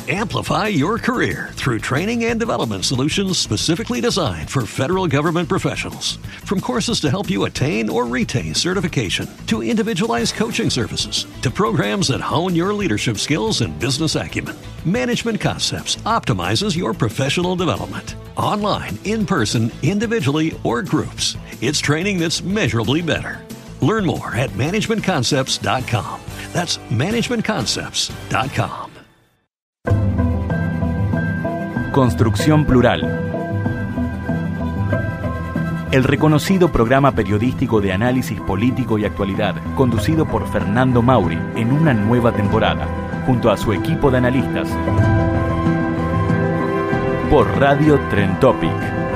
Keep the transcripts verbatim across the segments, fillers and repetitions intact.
Amplify your career through training and development solutions specifically designed for federal government professionals. From courses to help you attain or retain certification, to individualized coaching services, to programs that hone your leadership skills and business acumen, Management Concepts optimizes your professional development. Online, in person, individually, or groups, it's training that's measurably better. Learn more at management concepts dot com. That's management concepts dot com. Construcción Plural. El reconocido programa periodístico de análisis político y actualidad, conducido por Fernando Mauri en una nueva temporada, junto a su equipo de analistas. Por Radio Trend Topic.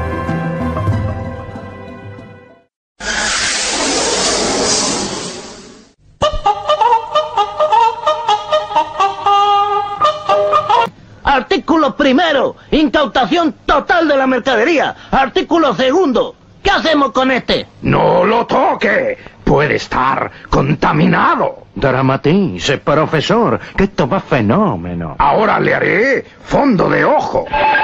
Artículo primero, incautación total de la mercadería. Artículo segundo, ¿qué hacemos con este? ¡No lo toque! Puede estar contaminado. Dramatice, profesor, que esto va fenómeno. Ahora le haré fondo de ojo.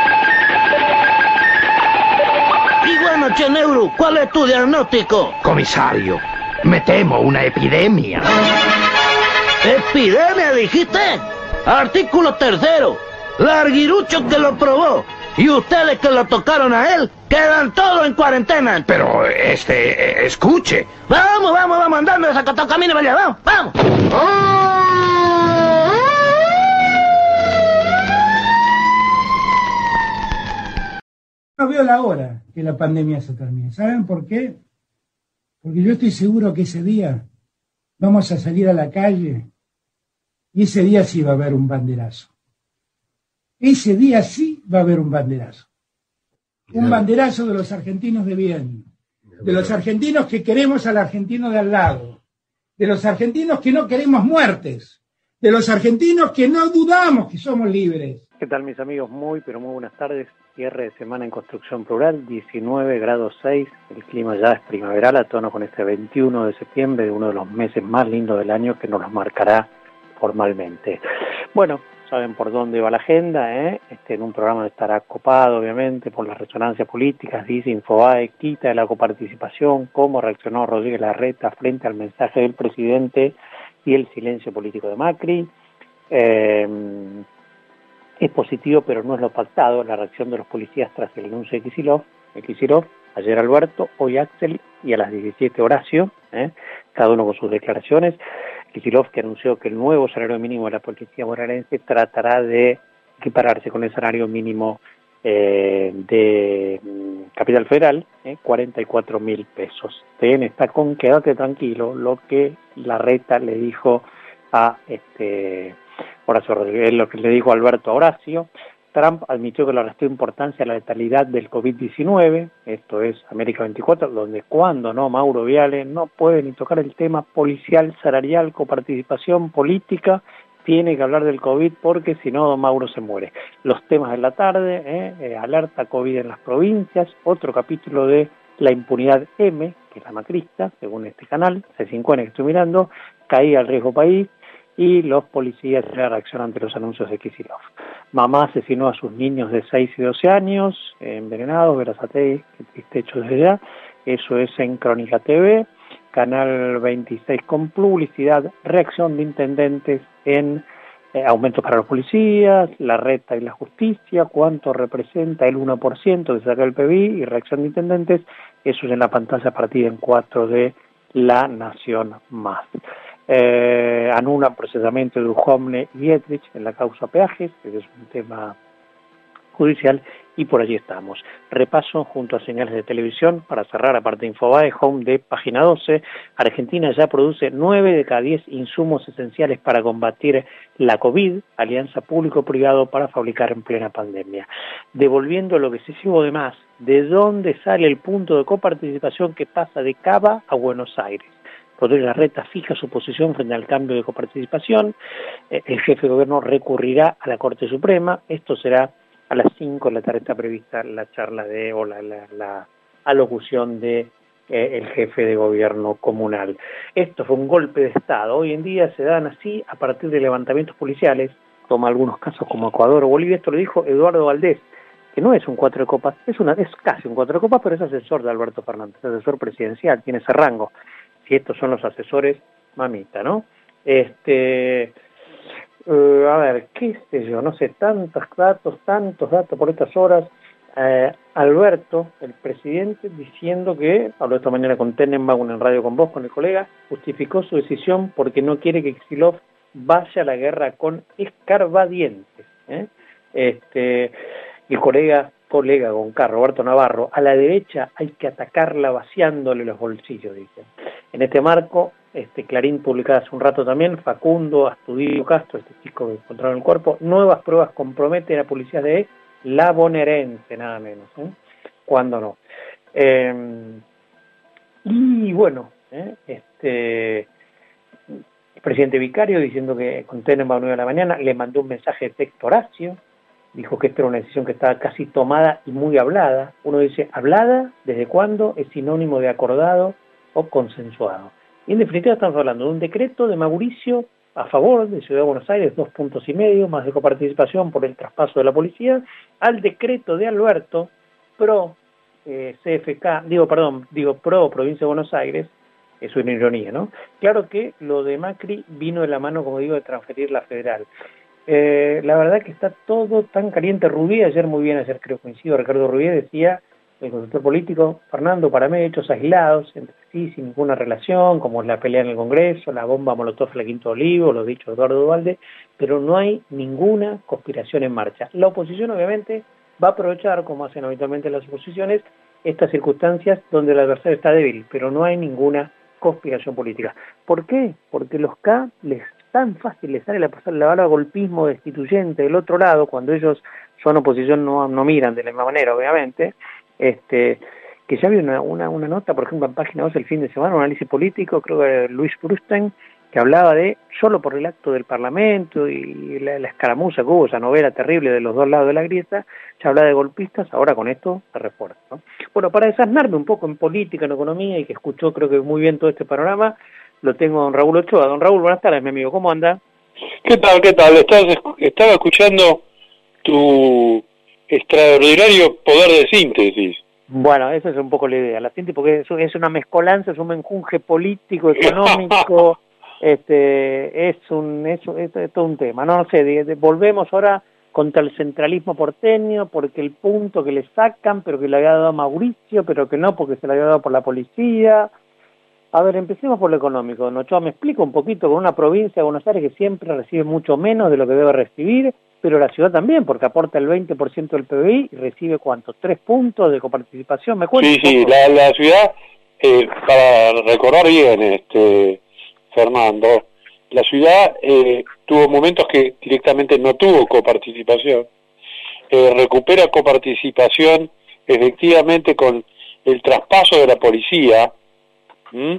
Y bueno, Cheneuru, ¿cuál es tu diagnóstico? Comisario, me temo una epidemia. ¿Epidemia, dijiste? Artículo tercero. Larguirucho que lo probó y ustedes que lo tocaron a él quedan todos en cuarentena. Pero, este, eh, escuche. Vamos, vamos, vamos andando, desacatado, camine, vaya, vamos, vamos. No veo la hora que la pandemia se termine. ¿Saben por qué? Porque yo estoy seguro que ese día vamos a salir a la calle y ese día sí va a haber un banderazo. Ese día sí va a haber un banderazo. Un banderazo de los argentinos de bien, de los argentinos que queremos al argentino de al lado, de los argentinos que no queremos muertes, de los argentinos que no dudamos que somos libres. ¿Qué tal, mis amigos? Muy, pero muy buenas tardes. Cierre de semana en Construcción Plural, diecinueve grados seis. El clima ya es primaveral, a tono con este veintiuno de septiembre, de uno de los meses más lindos del año que nos los marcará formalmente. Bueno, saben por dónde va la agenda, ¿eh? Este, en un programa que estará copado, obviamente, por las resonancias políticas, dice Infobae, quita de la coparticipación, cómo reaccionó Rodríguez Larreta frente al mensaje del presidente y el silencio político de Macri. Eh, es positivo, pero no es lo pactado, la reacción de los policías tras el anuncio de Kicillof, de Kicillof, ayer Alberto, hoy Axel y a las diecisiete Horacio, ¿eh? Cada uno con sus declaraciones. Kicillof, que anunció que el nuevo salario mínimo de la policía bonaerense tratará de equipararse con el salario mínimo eh, de mm, Capital Federal, eh, cuarenta y cuatro mil pesos. T N está con quédate tranquilo, lo que Larreta le dijo a este Horacio Rodríguez, lo que le dijo Alberto a Horacio. Trump admitió que le restó importancia a la letalidad del COVID diecinueve, esto es América veinticuatro, donde cuando no, Mauro Viale no puede ni tocar el tema policial, salarial, coparticipación política, tiene que hablar del COVID porque si no, don Mauro se muere. Los temas de la tarde, eh, eh, alerta COVID en las provincias, otro capítulo de la impunidad M, que es la macrista, según este canal, C cinco N que estoy mirando, caía el riesgo país, y los policías en la reacción ante los anuncios de Kicillof. Mamá asesinó a sus niños de seis y doce años, eh, envenenados, Berazategui, qué triste hecho desde ya. Eso es en Crónica T V, Canal veintiséis con publicidad, reacción de intendentes en eh, aumentos para los policías, Larreta y la justicia, cuánto representa el uno por ciento de sacar el P B I y reacción de intendentes, eso es en la pantalla partida en cuatro de La Nación Más. Eh, anulan procesamiento de Duhovne y Dietrich en la causa peajes, que es un tema judicial, y por allí estamos. Repaso junto a señales de televisión para cerrar, aparte de Infobae, Home de Página doce. Argentina ya produce nueve de cada diez insumos esenciales para combatir la COVID, alianza público-privado para fabricar en plena pandemia. Devolviendo lo que se llevó de más, ¿de dónde sale el punto de coparticipación que pasa de Cava a Buenos Aires? Rodríguez Larreta fija su posición frente al cambio de coparticipación. Eh, el jefe de gobierno recurrirá a la Corte Suprema. Esto será a las cinco de la tarde, está prevista la charla de, o la, la, la alocución de eh, el jefe de gobierno comunal. Esto fue un golpe de Estado. Hoy en día se dan así a partir de levantamientos policiales toma algunos casos como Ecuador o Bolivia. Esto lo dijo Eduardo Valdés, que no es un cuatro de copas, es una es casi un cuatro de copas, pero es asesor de Alberto Fernández, asesor presidencial, tiene ese rango. Si estos son los asesores, mamita, ¿no? Este, uh, a ver, qué sé yo, no sé, tantos datos, tantos datos por estas horas. Eh, Alberto, el presidente, diciendo que, habló esta mañana con Tenenbaum en Radio con vos, con el colega, justificó su decisión porque no quiere que Kicillof vaya a la guerra con escarbadientes. ¿eh? Este, el colega, colega Goncar, Roberto Navarro, a la derecha hay que atacarla vaciándole los bolsillos, dice. En este marco, este Clarín publicaba hace un rato también, Facundo Astudillo Castro, este chico que encontraron el cuerpo, nuevas pruebas comprometen a la policía de la bonaerense, nada menos, ¿eh? ¿Cuándo no? Eh, y bueno, ¿eh? este el presidente vicario diciendo que con Tenenbaum nueve de la mañana, le mandó un mensaje de texto a Horacio, dijo que esta era una decisión que estaba casi tomada y muy hablada. Uno dice, ¿hablada? ¿Desde cuándo? Es sinónimo de acordado o consensuado. Y en definitiva estamos hablando de un decreto de Mauricio a favor de Ciudad de Buenos Aires, dos puntos y medio, más de coparticipación por el traspaso de la policía, al decreto de Alberto, pro eh, C F K, digo, perdón, digo, pro Provincia de Buenos Aires, es una ironía, ¿no? Claro que lo de Macri vino de la mano, como digo, de transferir la federal. Eh, la verdad que está todo tan caliente. Rubí, ayer muy bien, ayer creo coincido, Ricardo Rubí decía, el consultor político, Fernando, para mí hechos aislados, entre sí, sin ninguna relación, como la pelea en el Congreso, la bomba Molotov en la Quinto Olivo, lo dicho de Eduardo Duvalde, pero no hay ninguna conspiración en marcha. La oposición obviamente va a aprovechar, como hacen habitualmente las oposiciones, estas circunstancias donde el adversario está débil, pero no hay ninguna conspiración política. ¿Por qué? Porque los K les tan fácil les sale la pasar la bala golpismo destituyente del otro lado, cuando ellos son oposición no, no miran de la misma manera, obviamente. Este, que ya había una, una, una nota, por ejemplo, en Página dos el fin de semana, un análisis político, creo que era Luis Prusten, que hablaba de, solo por el acto del Parlamento y la, la escaramuza que hubo, esa novela terrible de los dos lados de la grieta, ya hablaba de golpistas, ahora con esto se refuerza, ¿no? Bueno, para desasnarme un poco en política, en economía, y que escuchó creo que muy bien todo este panorama, lo tengo a don Raúl Ochoa. Don Raúl, buenas tardes, mi amigo, ¿cómo anda? ¿Qué tal, qué tal? Estás, estaba escuchando tu extraordinario poder de síntesis. Bueno, esa es un poco la idea, la síntesis, porque es, es una mezcolanza, es un menjunje político, económico, este, es un, es, es, es todo un tema, no, no sé, de, de, volvemos ahora contra el centralismo porteño, porque el punto que le sacan, pero que le había dado a Mauricio, pero que no, porque se le había dado por la policía. A ver, empecemos por lo económico. Don Ochoa, me explica un poquito, con una provincia de Buenos Aires que siempre recibe mucho menos de lo que debe recibir, pero la ciudad también, porque aporta el veinte por ciento del P B I y recibe, ¿cuánto? ¿Tres puntos de coparticipación? ¿Me cuenta? Sí, sí, la, la ciudad, eh, para recordar bien, este Fernando, la ciudad eh, tuvo momentos que directamente no tuvo coparticipación, eh, recupera coparticipación efectivamente con el traspaso de la policía, ¿Mm?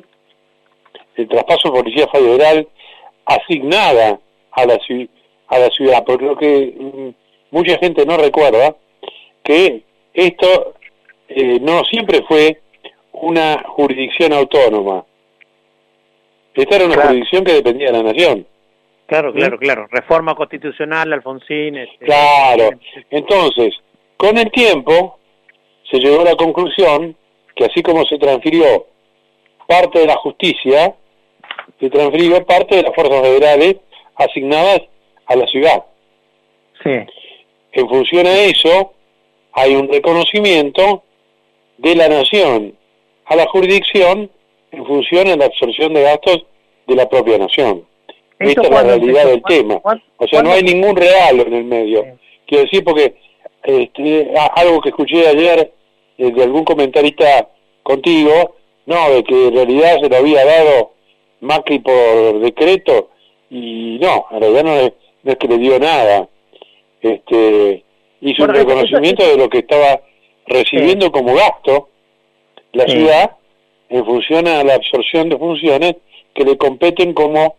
el traspaso de Policía Federal asignada a la, a la ciudad, por lo que mm, mucha gente no recuerda que esto eh, no siempre fue una jurisdicción autónoma. Esta era una claro. jurisdicción que dependía de la nación. Claro, claro, ¿sí? claro. Reforma constitucional, Alfonsín. Este, claro. Entonces, con el tiempo se llegó a la conclusión que así como se transfirió parte de la justicia, se transfirió parte de las fuerzas federales asignadas a la ciudad. Sí. En función a eso, hay un reconocimiento de la nación a la jurisdicción en función a la absorción de gastos de la propia nación. Esta es la realidad del tema. O sea, no hay ningún regalo en el medio. Sí. Quiero decir, porque este, algo que escuché ayer eh, de algún comentarista contigo, no, de que en realidad se lo había dado Macri por decreto, y no, en realidad no es, no es que le dio nada. Este, hizo bueno, un reconocimiento eso, eso, de lo que estaba recibiendo sí. como gasto la sí. ciudad en función a la absorción de funciones que le competen como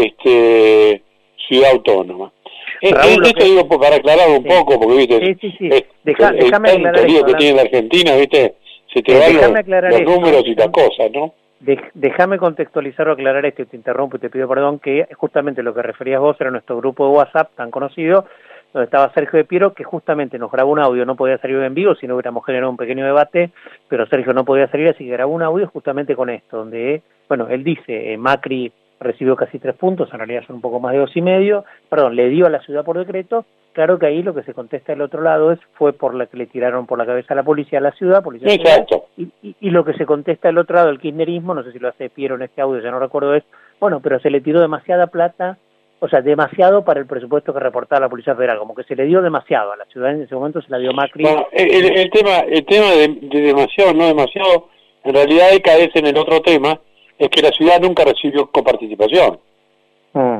este ciudad autónoma. Raúl, esto que... digo para aclarar un sí. poco, porque viste, sí, sí, sí. Es, Deja, el tanto lío que tiene la Argentina, viste, se te sí, van los, los números y las cosas, ¿no? de, déjame contextualizar o aclarar esto, y te interrumpo y te pido perdón, que justamente lo que referías vos era nuestro grupo de WhatsApp tan conocido, donde estaba Sergio de Piero, que justamente nos grabó un audio, no podía salir en vivo, si no hubiéramos generado un pequeño debate, pero Sergio no podía salir, así que grabó un audio justamente con esto, donde, bueno, él dice, eh, Macri recibió casi tres puntos, en realidad son un poco más de dos y medio, perdón, le dio a la ciudad por decreto. Claro que ahí lo que se contesta del otro lado es fue por la que le tiraron por la cabeza a la policía a la ciudad, policía Exacto. Y, y, y lo que se contesta del otro lado, el kirchnerismo, no sé si lo hace Piero en este audio, ya no recuerdo, es, bueno, pero se le tiró demasiada plata, o sea, demasiado para el presupuesto que reportaba la Policía Federal, como que se le dio demasiado a la ciudad, en ese momento se la dio Macri. Bueno, el, el tema el tema de, de demasiado, no demasiado, en realidad ahí cae en el otro tema, es que la ciudad nunca recibió coparticipación. Mm.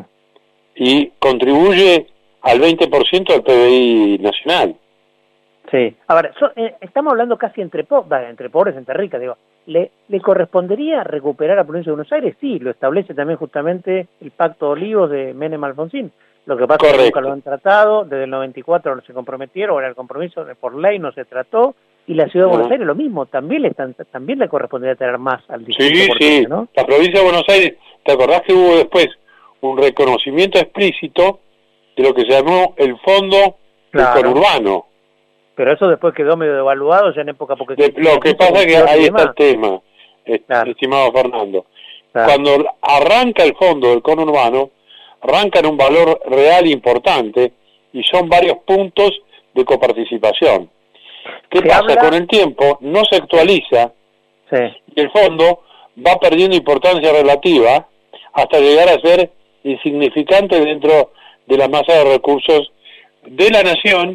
Y contribuye al veinte por ciento del P B I nacional. Sí. Ahora, so, eh, estamos hablando casi entre, po entre pobres, entre ricas, digo. ¿Le, ¿Le correspondería recuperar a la provincia de Buenos Aires? Sí, lo establece también justamente el Pacto de Olivos de Menem Alfonsín. Lo que pasa Correcto. es que nunca lo han tratado, desde el noventa y cuatro no se comprometieron, ahora el compromiso por ley no se trató, y la ciudad de Buenos uh-huh. Aires lo mismo, también le, están, también le correspondería tener más al distrito. Sí, porteño, sí, ¿no? La provincia de Buenos Aires, ¿te acordás que hubo después un reconocimiento explícito de lo que se llamó el Fondo claro. del Conurbano? Pero eso después quedó medio devaluado ya en época... porque de, Lo que pasa es que ahí está el tema, claro. estimado Fernando. Claro. Cuando arranca el Fondo del Conurbano, arranca en un valor real importante y son varios puntos de coparticipación. ¿Qué se pasa? Habla... Con el tiempo no se actualiza sí. y el fondo va perdiendo importancia relativa hasta llegar a ser insignificante dentro de la masa de recursos de la nación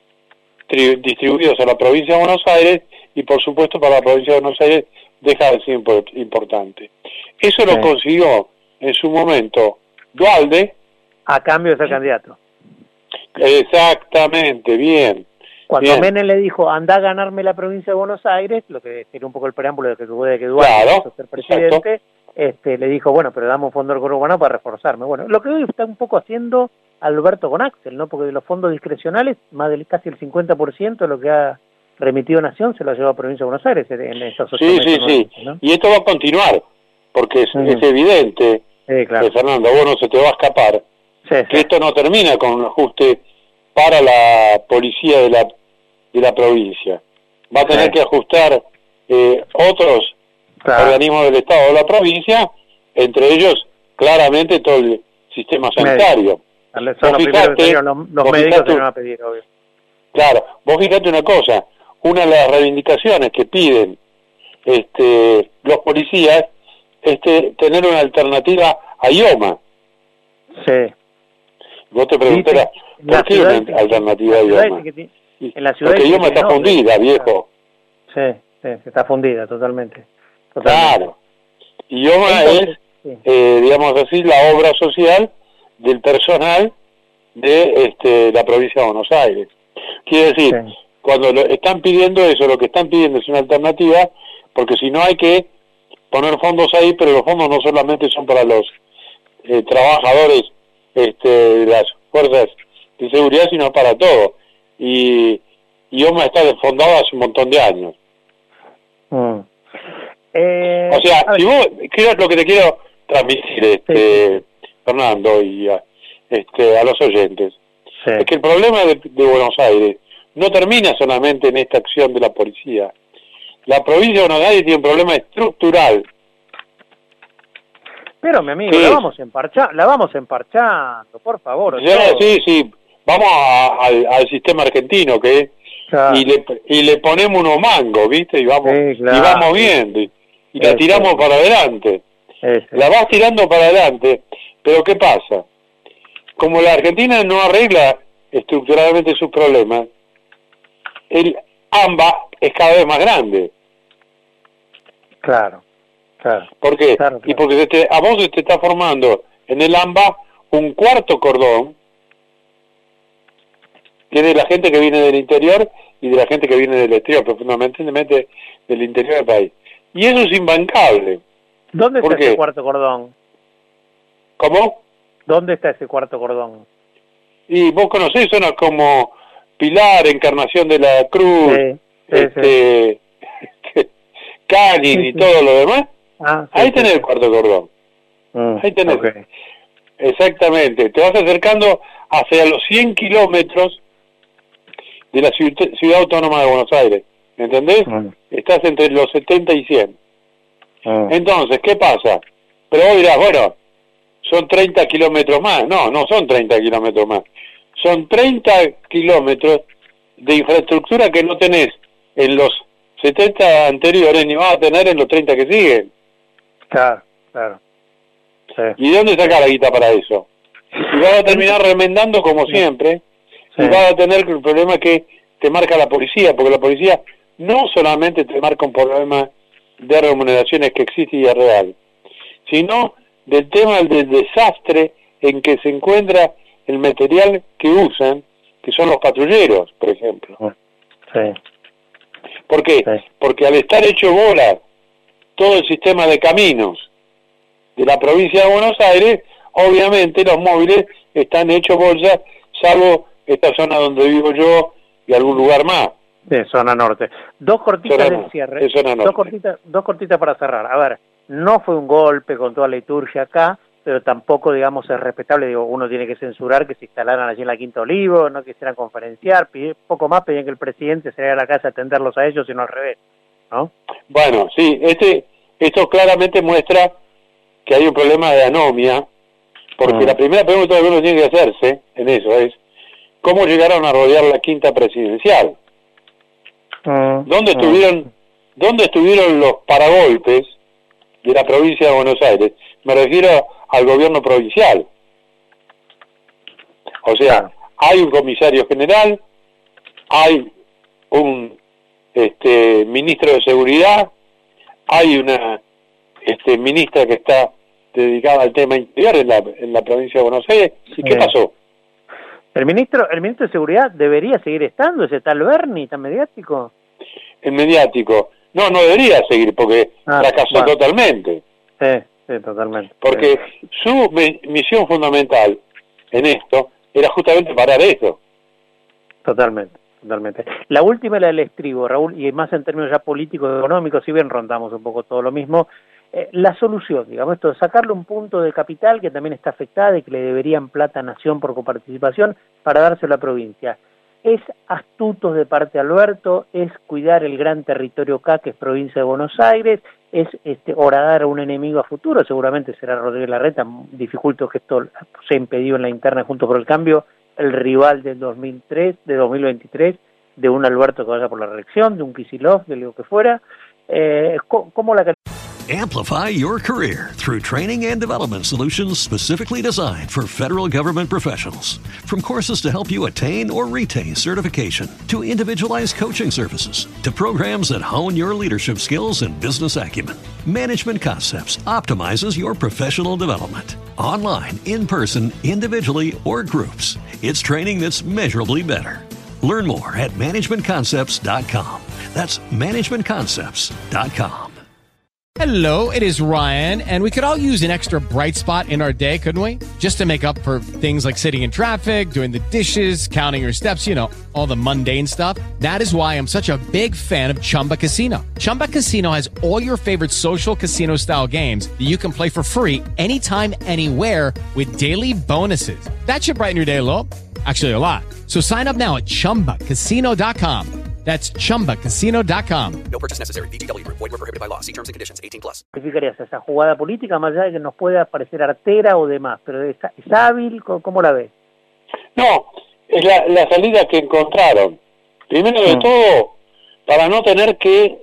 distribuidos a la provincia de Buenos Aires y por supuesto para la provincia de Buenos Aires deja de ser importante. Eso sí. lo consiguió en su momento Duhalde a cambio de ser candidato. Exactamente, bien. Cuando bien. Menem le dijo, anda a ganarme la provincia de Buenos Aires, lo que sería un poco el preámbulo de que tuvo de que Duhalde claro, quiso ser presidente, este, le dijo, bueno, pero dame un fondo del conurbano para reforzarme. Bueno, lo que hoy está un poco haciendo Alberto con Axel, ¿no? Porque de los fondos discrecionales, más del casi el cincuenta por ciento de lo que ha remitido Nación se lo ha llevado a provincia de Buenos Aires en estos ocho Sí, meses, sí, sí. ¿no? Y esto va a continuar, porque es, uh-huh. es evidente, sí, claro. eh, Fernando, vos no se te va a escapar, sí, que sí. esto no termina con un ajuste para la policía de la de la provincia. Va a tener sí. que ajustar eh, otros claro. organismos del Estado de la provincia, entre ellos, claramente, todo el sistema sanitario. Vos Son los fijate, los, los médicos fijate, que van a pedir, obvio. Claro, vos fíjate una cosa, una de las reivindicaciones que piden este, los policías es este, tener una alternativa a IOMA. Sí. Vos te preguntarás, sí, ¿por qué una que, alternativa a IOMA? Que, en la ciudad Porque IOMA está no, fundida, viejo. Sí, sí, está fundida totalmente. totalmente. Claro. IOMA Entonces, es, sí. eh, digamos así, la obra social del personal de este, la provincia de Buenos Aires. Quiere decir, sí. cuando lo, están pidiendo eso, lo que están pidiendo es una alternativa, porque si no hay que poner fondos ahí, pero los fondos no solamente son para los eh, trabajadores este, de las fuerzas de seguridad, sino para todo. Y IOMA está desfondada hace un montón de años. Mm. Eh, o sea, si vos, ¿qué es lo que te quiero transmitir, este, sí. Fernando, y a, este, a los oyentes? Sí. Es que el problema de, de Buenos Aires no termina solamente en esta acción de la policía. La provincia de Buenos Aires tiene un problema estructural. Pero, mi amigo, la vamos, emparcha, la vamos emparchando, por favor. Sí, sí, sí. Vamos a, a, al sistema argentino, que claro. y, le, y le ponemos unos mangos, ¿viste? Y vamos, sí, claro. y vamos viendo. Y, y la tiramos sí. para adelante. Sí. La vas tirando para adelante. Pero, ¿qué pasa? Como la Argentina no arregla estructuralmente sus problemas, el AMBA es cada vez más grande. Claro, claro. ¿Por qué? Claro, claro. Y porque se te, a vos se te está formando en el AMBA un cuarto cordón, que es de la gente que viene del interior y de la gente que viene del exterior, pero fundamentalmente del interior del país. Y eso es imbancable. ¿Dónde está ese cuarto cordón? ¿Cómo? ¿Dónde está ese cuarto cordón? Y vos conocés zonas como Pilar, Encarnación de la Cruz, sí, sí, este, sí. Canin sí, sí. y todo lo demás. Ah, sí, ahí sí, tenés sí. el cuarto cordón. Mm, Ahí tenés. okay. Exactamente. Te vas acercando hacia los cien kilómetros de la ciu- ciudad autónoma de Buenos Aires. ¿Entendés? Mm. Estás entre los setenta y cien. Mm. Entonces, ¿qué pasa? Pero vos dirás, bueno, son treinta kilómetros más. No, no son treinta kilómetros más. Son treinta kilómetros de infraestructura que no tenés en los setenta anteriores ni vas a tener en los treinta que siguen. Claro, claro. Sí. ¿Y de dónde sacar la guita para eso? Y vas a terminar remendando como siempre, Sí. y vas a tener el problema que te marca la policía, porque la policía no solamente te marca un problema de remuneraciones que existe y es real, sino del tema del desastre en que se encuentra el material que usan, que son los patrulleros, por ejemplo. Sí. ¿Por qué? Sí. Porque al estar hecho bola todo el sistema de caminos de la provincia de Buenos Aires, obviamente los móviles están hechos bolsa, salvo esta zona donde vivo yo y algún lugar más. De zona norte. Dos cortitas Zona del norte, cierre. de zona norte. Dos cortitas, dos cortitas para cerrar. A ver, no fue un golpe con toda la liturgia acá, pero tampoco, digamos, es respetable. Digo, uno tiene que censurar que se instalaran allí en la Quinta Olivo, no quisieran conferenciar, pide, poco más pedían que el presidente se vaya a la casa a atenderlos a ellos y no al revés, ¿no? Bueno, sí, este, esto claramente muestra que hay un problema de anomia, porque Mm. la primera pregunta que uno tiene que hacerse en eso es, ¿cómo llegaron a rodear la quinta presidencial? Mm. ¿Dónde Mm. estuvieron, dónde estuvieron los paragolpes de la provincia de Buenos Aires? Me refiero al gobierno provincial. O sea, hay un comisario general, hay un este ministro de seguridad, hay una este ministra que está dedicada al tema interior en la, en la provincia de Buenos Aires. ¿Y qué Sí. pasó? El ministro, el ministro de Seguridad debería seguir estando, ese tal Berni, tan mediático. El mediático. No, no debería seguir porque Ah, fracasó bueno. totalmente. Sí, sí, totalmente. Porque su mi- misión fundamental en esto era justamente parar eso. Totalmente, totalmente. La última es la del estribo, Raúl, y más en términos ya políticos y económicos, si bien rondamos un poco todo lo mismo, eh, la solución, digamos, esto de sacarle un punto de capital que también está afectada y que le deberían plata a Nación por coparticipación para dárselo a la provincia. Es astuto de parte de Alberto, es cuidar el gran territorio acá, que es provincia de Buenos Aires, es este, horadar a un enemigo a futuro, seguramente será Rodríguez Larreta, dificulto que esto se impedió en la interna Juntos por el Cambio, el rival del dos mil tres, de dos mil veintitrés, de un Alberto que vaya por la reelección, de un Kicillof, de lo que fuera, eh, ¿cómo la Amplify your career through training and development solutions specifically designed for federal government professionals. From courses to help you attain or retain certification, to individualized coaching services, to programs that hone your leadership skills and business acumen, Management Concepts optimizes your professional development. Online, in person, individually, or groups, it's training that's measurably better. Learn more at management concepts dot com. That's management concepts dot com. Hello, it is Ryan, and we could all use an extra bright spot in our day, couldn't we? Just to make up for things like sitting in traffic, doing the dishes, counting your steps, you know, all the mundane stuff. That is why I'm such a big fan of Chumba Casino. Chumba Casino has all your favorite social casino-style games that you can play for free anytime, anywhere with daily bonuses. That should brighten your day a little. Actually, a lot. So sign up now at chumba casino dot com. That's chumba casino dot com. No purchase necessary. V G W Group. Void where prohibited by law. See terms and conditions. eighteen plus. ¿Significarías esa jugada política, más allá de que nos pueda parecer artera o demás? ¿Pero es, es hábil? ¿Cómo, cómo la ves? No, es la, la salida que encontraron. Primero de Mm. todo, para no tener que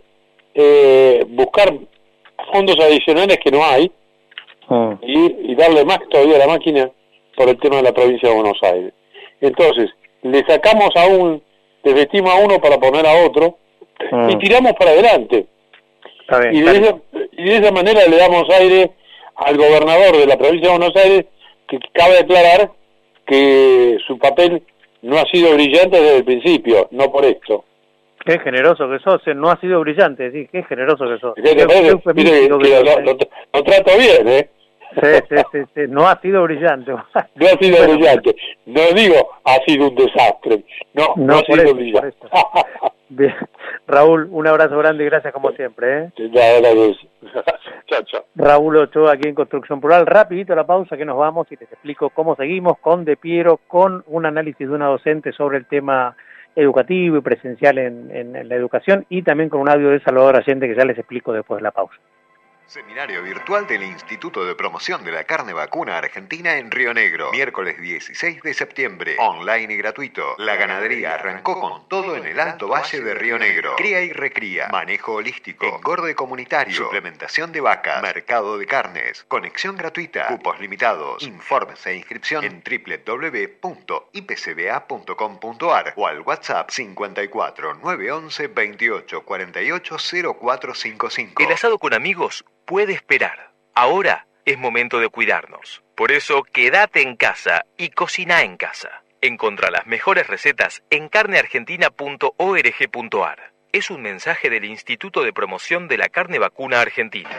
eh, buscar fondos adicionales que no hay Mm. y, y darle más todavía a la máquina por el tema de la provincia de Buenos Aires. Entonces, le sacamos a un, desvestimos a uno para poner a otro Mm. y tiramos para adelante. Está bien, Y está de, bien. esa, y de esa manera le damos aire al gobernador de la provincia de Buenos Aires, que cabe aclarar que su papel no ha sido brillante desde el principio, no por esto. Qué generoso que sos, eh, no ha sido brillante, sí, qué generoso que sos. ¿Qué te Qué- parece? qué Mire eufemístico que, que que sos, lo, eh. lo- lo trato bien, ¿eh? Sí, sí, sí, sí, no ha sido brillante. No ha sido Bueno, brillante. No digo ha sido un desastre. No, no, No, ha por sido eso, brillante. Bien. Raúl, un abrazo grande y gracias como siempre. ¿eh? Gracias. Chao, chao. Raúl Ochoa aquí en Construcción Plural. Rapidito la pausa que nos vamos y les explico cómo seguimos con De Piero, con un análisis de una docente sobre el tema educativo y presencial en, en, en la educación, y también con un audio de Salvador Allende que ya les explico después de la pausa. Seminario virtual del Instituto de Promoción de la Carne Vacuna Argentina en Río Negro. Miércoles dieciséis de septiembre. Online y gratuito. La ganadería arrancó con todo en el Alto Valle de Río Negro. Cría y recría. Manejo holístico. Engorde comunitario. Suplementación de vacas. Mercado de carnes. Conexión gratuita. Cupos limitados. Informes e inscripción en doble u doble u doble u punto i p c b a punto com punto a r o al WhatsApp cincuenta y cuatro, nueve once, veintiocho, cuarenta y ocho, cero cuatro cinco cinco. El asado con amigos puede esperar. Ahora es momento de cuidarnos. Por eso, quédate en casa y cocina en casa. Encontrá las mejores recetas en carne argentina punto org punto a r. Es un mensaje del Instituto de Promoción de la Carne Vacuna Argentina.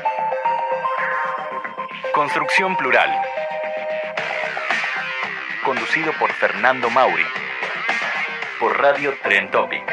Construcción Plural. Conducido por Fernando Mauri. Por Radio Tren Topic.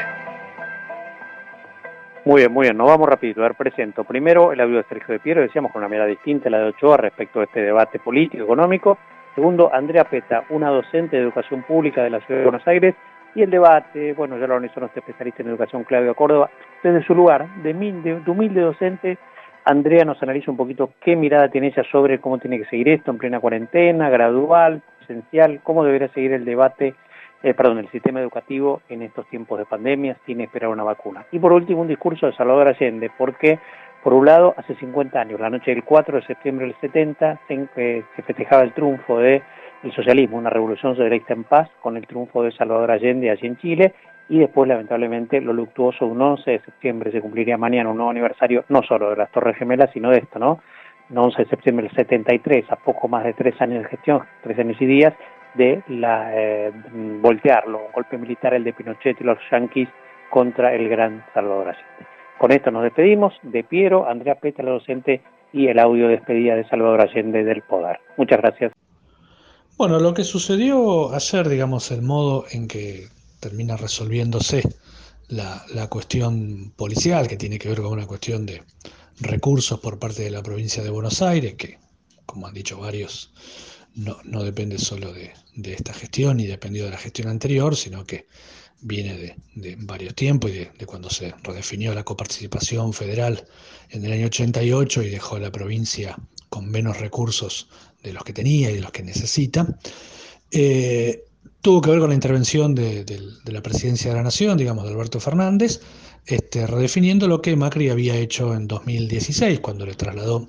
Muy bien, muy bien, nos vamos rapidito. A ver, presento primero el audio de Sergio De Piero, decíamos con una mirada distinta a la de Ochoa respecto a este debate político, económico. Segundo, Andrea Peta, una docente de educación pública de la Ciudad de Buenos Aires, y el debate, bueno, ya lo organizó nuestro especialista en educación, Claudio Córdoba. Desde su lugar, de, de, de humilde docente, Andrea nos analiza un poquito qué mirada tiene ella sobre cómo tiene que seguir esto en plena cuarentena, gradual, presencial, cómo debería seguir el debate Eh, perdón, el sistema educativo en estos tiempos de pandemia sin esperar una vacuna. Y por último, un discurso de Salvador Allende, porque, por un lado, hace cincuenta años, la noche del cuatro de septiembre del setenta, se, eh, se festejaba el triunfo del socialismo, una revolución socialista en paz, con el triunfo de Salvador Allende allí en Chile, y después, lamentablemente, lo luctuoso de un once de septiembre, se cumpliría mañana un nuevo aniversario, no solo de las Torres Gemelas, sino de esto, ¿no? El once de septiembre del setenta y tres, a poco más de tres años de gestión, tres años y días, de la eh, voltearlo, un golpe militar, el de Pinochet y los yanquis contra el gran Salvador Allende. Con esto nos despedimos. De Piero, Andrea Peta, la docente, y el audio de despedida de Salvador Allende del poder. Muchas gracias. Bueno, lo que sucedió ayer, digamos, el modo en que termina resolviéndose la, la cuestión policial, que tiene que ver con una cuestión de recursos por parte de la provincia de Buenos Aires, que, como han dicho varios, No, no depende solo de, de esta gestión y dependió de la gestión anterior, sino que viene de, de varios tiempos y de, de cuando se redefinió la coparticipación federal en el año ochenta y ocho y dejó a la provincia con menos recursos de los que tenía y de los que necesita. Eh, tuvo que ver con la intervención de, de, de la presidencia de la Nación, digamos, de Alberto Fernández, este, redefiniendo lo que Macri había hecho en dos mil dieciséis, cuando le trasladó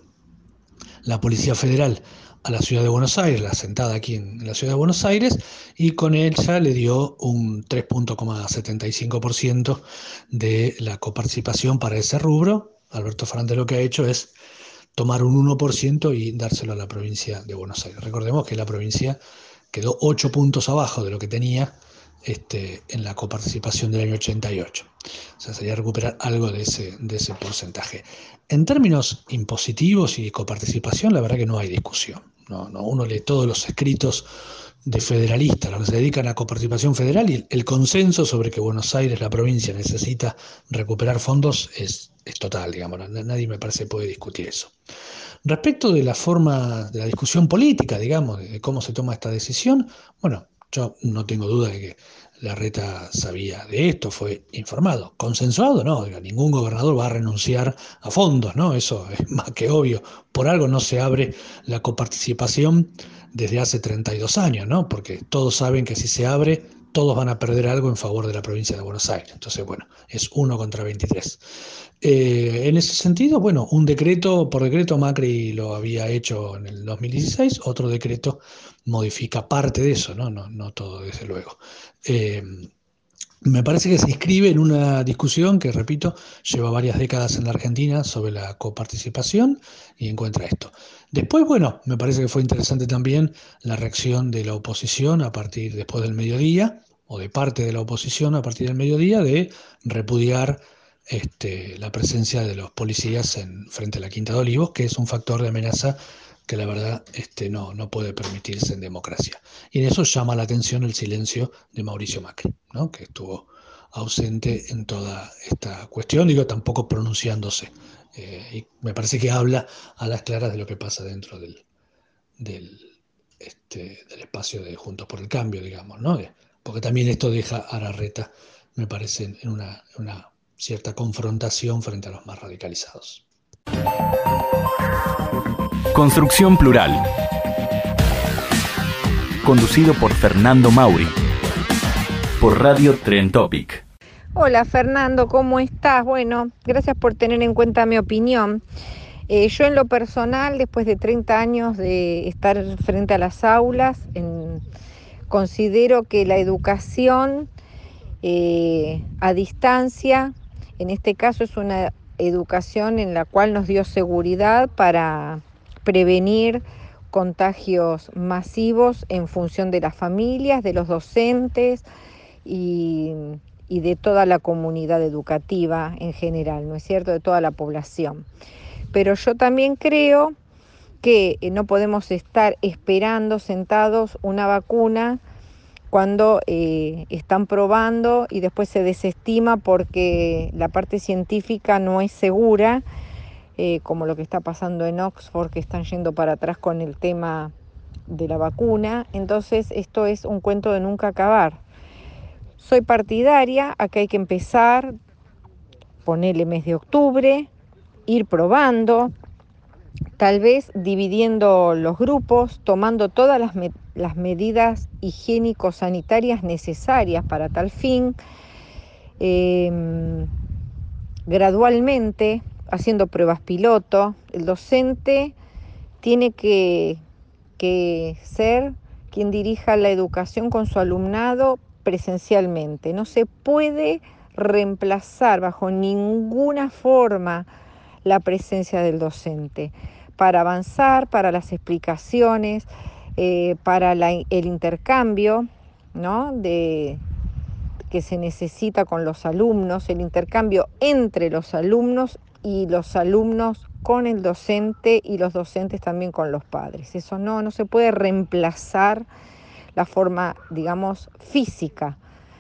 la Policía Federal a la Ciudad de Buenos Aires, la sentada aquí en la Ciudad de Buenos Aires, y con ella le dio un tres coma setenta y cinco por ciento de la coparticipación para ese rubro. Alberto Fernández lo que ha hecho es tomar un uno por ciento y dárselo a la provincia de Buenos Aires. Recordemos que la provincia quedó ocho puntos abajo de lo que tenía este, en la coparticipación del año ochenta y ocho. O sea, sería recuperar algo de ese, de ese porcentaje. En términos impositivos y coparticipación, la verdad que no hay discusión. No, no, uno lee todos los escritos de federalistas, los que se dedican a coparticipación federal, y el, el consenso sobre que Buenos Aires, la provincia, necesita recuperar fondos es, es total, digamos. Nadie me parece puede discutir eso. Respecto de la forma, de la discusión política, digamos, de cómo se toma esta decisión, bueno, yo no tengo duda de que Larreta sabía de esto, fue informado. ¿Consensuado? No, ningún gobernador va a renunciar a fondos, ¿no? Eso es más que obvio. Por algo no se abre la coparticipación desde hace treinta y dos años, ¿no? Porque todos saben que si se abre, todos van a perder algo en favor de la provincia de Buenos Aires. Entonces, bueno, es uno contra veintitrés. Eh, en ese sentido, bueno, un decreto, por decreto Macri lo había hecho en el dos mil dieciséis, otro decreto modifica parte de eso, no, no, no todo, desde luego. Eh, me parece que se inscribe en una discusión que, repito, lleva varias décadas en la Argentina sobre la coparticipación y encuentra esto. Después, bueno, me parece que fue interesante también la reacción de la oposición a partir, después del mediodía, o de parte de la oposición a partir del mediodía, de repudiar este, la presencia de los policías en, frente a la Quinta de Olivos, que es un factor de amenaza que la verdad este, no, no puede permitirse en democracia. Y en eso llama la atención el silencio de Mauricio Macri, ¿no? Que estuvo ausente en toda esta cuestión, digo, tampoco pronunciándose. Eh, y me parece que habla a las claras de lo que pasa dentro del, del, este, del espacio de Juntos por el Cambio, digamos, ¿no? Porque también esto deja a Larreta, me parece, en una, una cierta confrontación frente a los más radicalizados. Construcción Plural. Conducido por Fernando Mauri. Por Radio Tren Topic. Hola Fernando, ¿cómo estás? Bueno, gracias por tener en cuenta mi opinión. Eh, yo en lo personal, después de treinta años de estar frente a las aulas, en, considero que la educación eh, a distancia, en este caso es una educación en la cual nos dio seguridad para prevenir contagios masivos en función de las familias, de los docentes y, y de toda la comunidad educativa en general, ¿no es cierto?, de toda la población. Pero yo también creo que no podemos estar esperando sentados una vacuna cuando eh, están probando y después se desestima porque la parte científica no es segura, eh, como lo que está pasando en Oxford, que están yendo para atrás con el tema de la vacuna. Entonces esto es un cuento de nunca acabar. Soy partidaria a que hay que empezar, ponerle mes de octubre, ir probando, tal vez dividiendo los grupos, tomando todas las, me- las medidas higiénico-sanitarias necesarias para tal fin, eh, gradualmente, haciendo pruebas piloto. El docente tiene que, que ser quien dirija la educación con su alumnado presencialmente. No se puede reemplazar bajo ninguna forma la presencia del docente para avanzar, para las explicaciones, eh, para la, el intercambio, ¿no?, de, que se necesita con los alumnos, el intercambio entre los alumnos y los alumnos con el docente y los docentes también con los padres. Eso no, no se puede reemplazar la forma, digamos, física,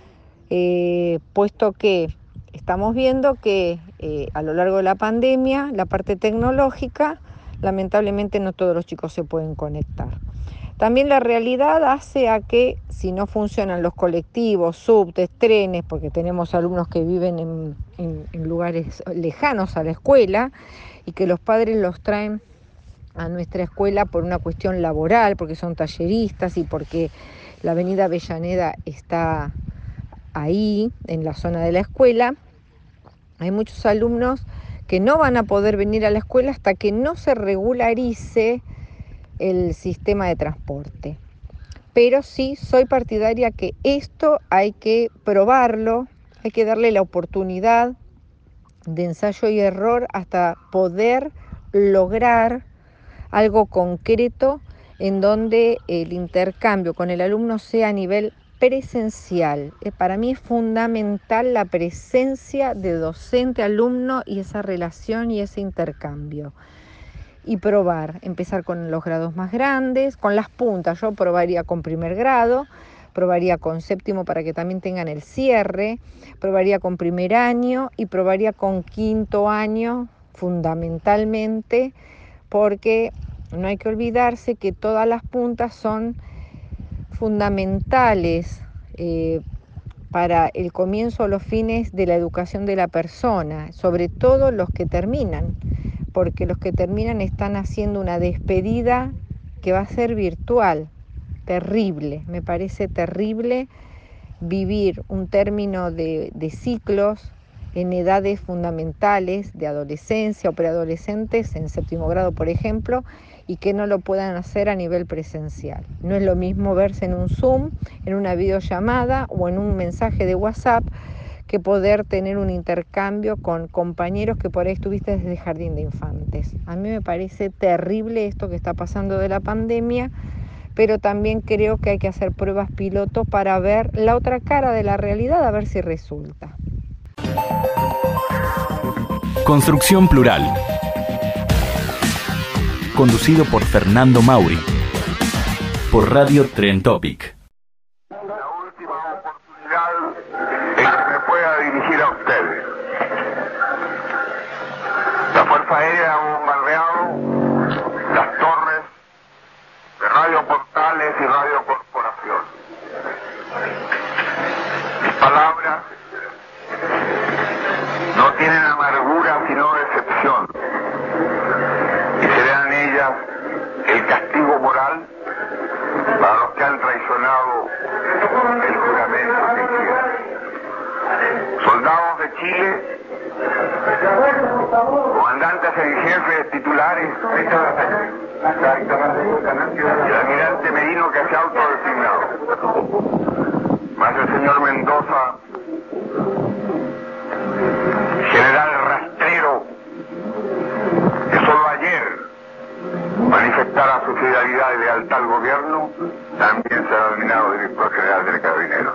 eh, puesto que estamos viendo que eh, a lo largo de la pandemia, la parte tecnológica, lamentablemente no todos los chicos se pueden conectar. También la realidad hace a que si no funcionan los colectivos, subtes, trenes, porque tenemos alumnos que viven en, en, en lugares lejanos a la escuela y que los padres los traen a nuestra escuela por una cuestión laboral, porque son talleristas y porque la avenida Avellaneda está ahí, en la zona de la escuela. Hay muchos alumnos que no van a poder venir a la escuela hasta que no se regularice el sistema de transporte. Pero sí soy partidaria que esto hay que probarlo, hay que darle la oportunidad de ensayo y error hasta poder lograr algo concreto en donde el intercambio con el alumno sea a nivel presencial. Eh, para mí es fundamental la presencia de docente-alumno y esa relación y ese intercambio. Y probar, empezar con los grados más grandes, con las puntas. Yo probaría con primer grado, probaría con séptimo para que también tengan el cierre, probaría con primer año y probaría con quinto año fundamentalmente, porque no hay que olvidarse que todas las puntas son fundamentales eh, para el comienzo o los fines de la educación de la persona, sobre todo los que terminan, porque los que terminan están haciendo una despedida que va a ser virtual, terrible, me parece terrible vivir un término de, de ciclos en edades fundamentales de adolescencia o preadolescentes, en séptimo grado por ejemplo, y que no lo puedan hacer a nivel presencial. No es lo mismo verse en un Zoom, en una videollamada o en un mensaje de WhatsApp que poder tener un intercambio con compañeros que por ahí estuviste desde jardín de infantes. A mí me parece terrible esto que está pasando de la pandemia, pero también creo que hay que hacer pruebas piloto para ver la otra cara de la realidad, a ver si resulta. Construcción Plural. Conducido por Fernando Mauri. Por Radio Tren Topic. La última oportunidad de que me pueda penas no tienen amargura sino decepción, y serán ellas el castigo moral para los que han traicionado el juramento que hicieron. Soldados de Chile, comandantes en jefe, titulares, y el almirante Merino que se ha autodesignado, más el señor Mendoza, general rastrero, que solo ayer manifestara su fidelidad y lealtad al gobierno, también será nominado director general del Carabineros.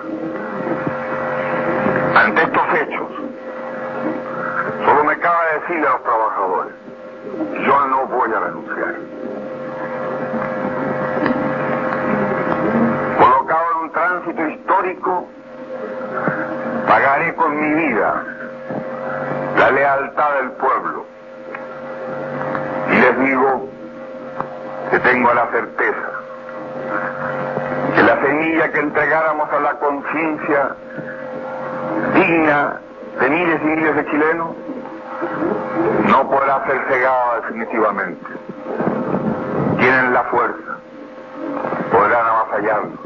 Ante estos hechos, solo me cabe decirle a los trabajadores, yo no voy a renunciar. Colocado en un tránsito histórico, pagaré con mi vida la lealtad del pueblo. Y les digo que tengo la certeza que la semilla que entregáramos a la conciencia digna de miles y miles de chilenos no podrá ser cegada definitivamente. Tienen la fuerza, podrán avasallarnos,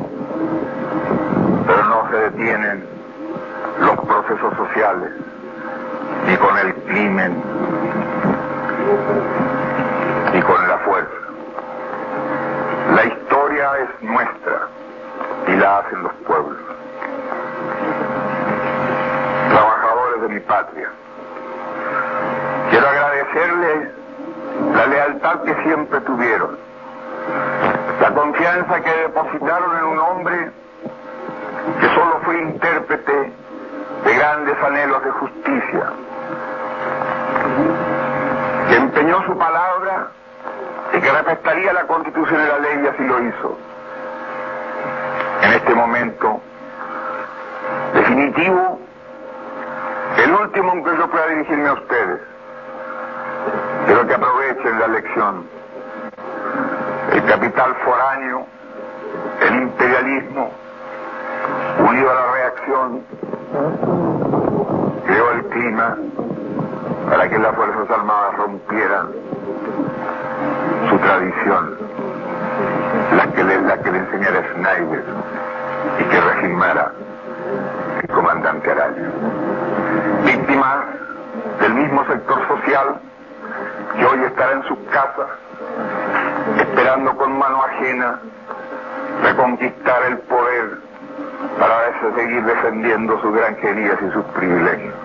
pero no se detienen los procesos sociales ni con el crimen ni con la fuerza. La historia es nuestra y la hacen los pueblos. Trabajadores de mi patria, quiero agradecerles la lealtad que siempre tuvieron, la confianza que depositaron en un hombre que solo fue intérprete de grandes anhelos de justicia, que empeñó su palabra y que respetaría la Constitución y la ley, y así lo hizo. En este momento definitivo, el último en que yo pueda dirigirme a ustedes, quiero que aprovechen la lección. El capital foráneo, el imperialismo, unido a la reacción, creó el clima para que las Fuerzas Armadas rompieran su tradición, la que le, la que le enseñara Schneider y que reafirmara el comandante Araya. Víctimas del mismo sector social que hoy estará en sus casas esperando con mano ajena reconquistar el poder para seguir defendiendo sus granjerías y sus privilegios.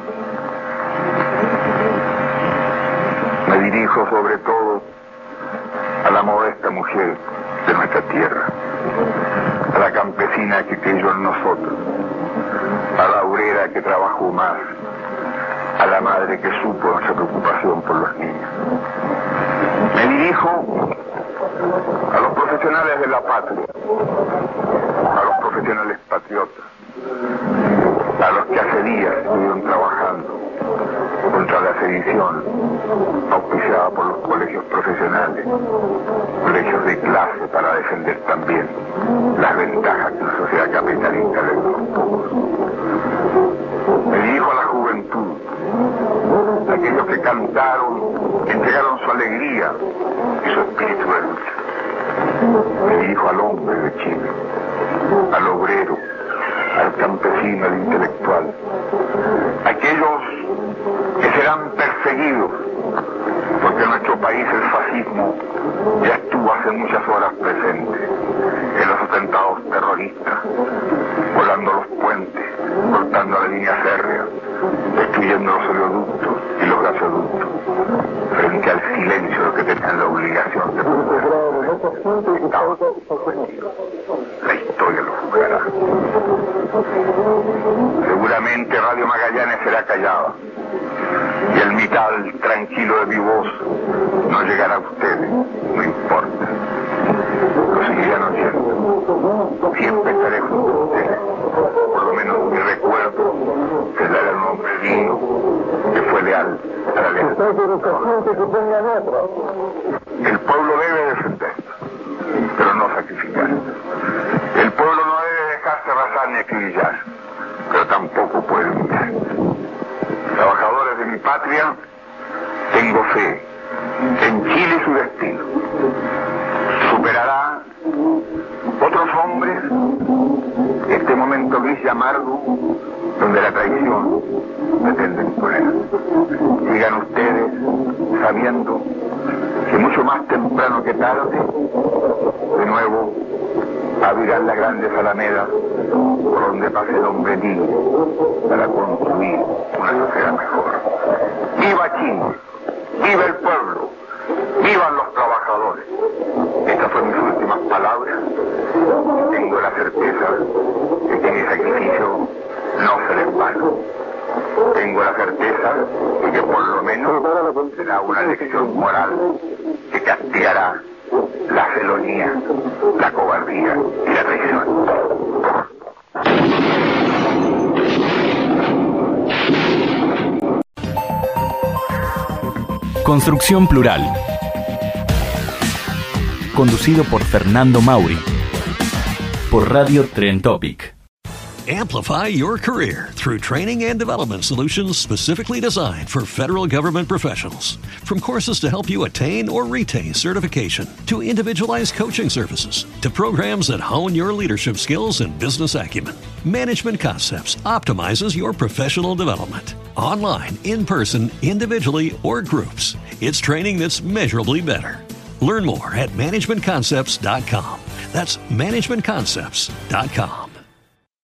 Me dirijo sobre todo a la modesta mujer de nuestra tierra, a la campesina que creyó en nosotros, a la obrera que trabajó más, a la madre que supo nuestra preocupación por los niños. Me dirijo a los profesionales de la patria, a los profesionales patriotas, a los que hace días estuvieron trabajando contra la sedición auspiciada por los colegios profesionales, colegios de clase, para defender también las ventajas que la sociedad capitalista le da a los pocos. Me dirijo a la juventud, a aquellos que cantaron, que entregaron su alegría y su espíritu de lucha. Me dirijo al hombre de Chile, al obrero, al campesino, al intelectual, aquellos que serán perseguidos, porque en nuestro país el fascismo ya estuvo hace muchas horas presente en los atentados terroristas, volando los puentes, cortando la línea férrea, destruyendo los oleoductos y los gasoductos, frente al silencio de los que tenían la obligación de proteger. Estaban comprometidos. La historia lo juzgará. Seguramente Radio Magallanes será callada y el mital tranquilo de mi voz no llegará a ustedes, no importa. Lo seguirán oyendo. Siempre estaré junto a ustedes. Por lo menos mi recuerdo será el hombre digno que fue leal a la lealtad. El pueblo debe defender, pero no sacrificar. El pueblo no debe dejarse arrasar ni acribillar, pero tampoco patria, tengo fe en Chile y su destino. Superará otros hombres este momento gris y amargo donde la traición pretende imponer. Sigan ustedes sabiendo que mucho más temprano que tarde, de nuevo, abrirán las grandes alamedas por donde pase el hombre libre para construir una sociedad mejor. ¡Viva Chile! ¡Viva el pueblo! ¡Vivan los trabajadores! Estas fueron mis últimas palabras. Tengo la certeza de que mi sacrificio no será en vano. Tengo la certeza de que por lo menos será una lección moral que castigará la felonía, la cobardía y la traición. Construcción Plural. Conducido por Fernando Mauri. Por Radio Trend Topic. Amplify your career through training and development solutions specifically designed for federal government professionals. From courses to help you attain or retain certification, to individualized coaching services, to programs that hone your leadership skills and business acumen, Management Concepts optimizes your professional development. Online, in person, individually, or groups, it's training that's measurably better. Learn more at management concepts dot com. That's management concepts dot com.